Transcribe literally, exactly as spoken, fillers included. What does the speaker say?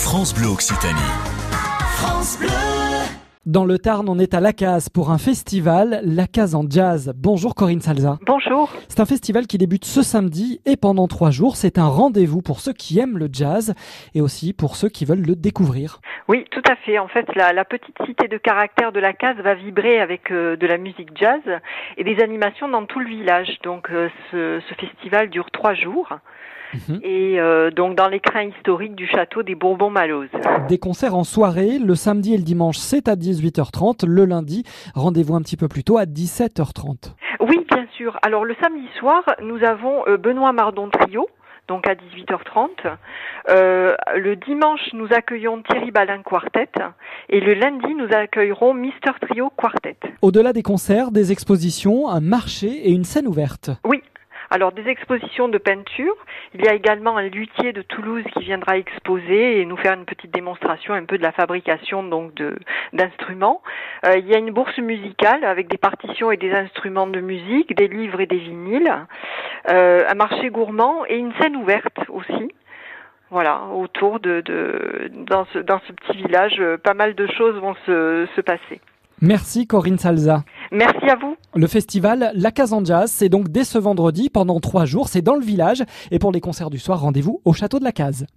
France Bleu Occitanie. France Bleu. Dans le Tarn, on est à La Case pour un festival, La Case en jazz. Bonjour Corinne Salza. Bonjour. C'est un festival qui débute ce samedi et pendant trois jours. C'est un rendez-vous pour ceux qui aiment le jazz et aussi pour ceux qui veulent le découvrir. Oui, tout à fait. En fait, la, la petite cité de caractère de La Case va vibrer avec euh, de la musique jazz et des animations dans tout le village. Donc euh, ce, ce festival dure trois jours. Mmh. Et euh, donc dans l'écrin historique du château des Bourbons-Malozes. Des concerts en soirée, le samedi et le dimanche c'est à dix-huit heures trente, le lundi rendez-vous un petit peu plus tôt à dix-sept heures trente. Oui, bien sûr. Alors le samedi soir, nous avons euh, Benoît Mardon Trio, donc à dix-huit heures trente. Euh, le dimanche, nous accueillons Thierry Balin Quartet et le lundi, nous accueillerons Mister Trio Quartet. Au-delà des concerts, des expositions, un marché et une scène ouverte. Oui. Alors des expositions de peinture, il y a également un luthier de Toulouse qui viendra exposer et nous faire une petite démonstration un peu de la fabrication donc de d'instruments. Euh, il y a une bourse musicale avec des partitions et des instruments de musique, des livres et des vinyles, euh, un marché gourmand et une scène ouverte aussi. Voilà, autour de, de dans ce dans ce petit village, pas mal de choses vont se se passer. Merci Corinne Salza. Merci à vous. Le festival La Case en jazz, c'est donc dès ce vendredi pendant trois jours, c'est dans le village. Et pour les concerts du soir, rendez-vous au château de La Case.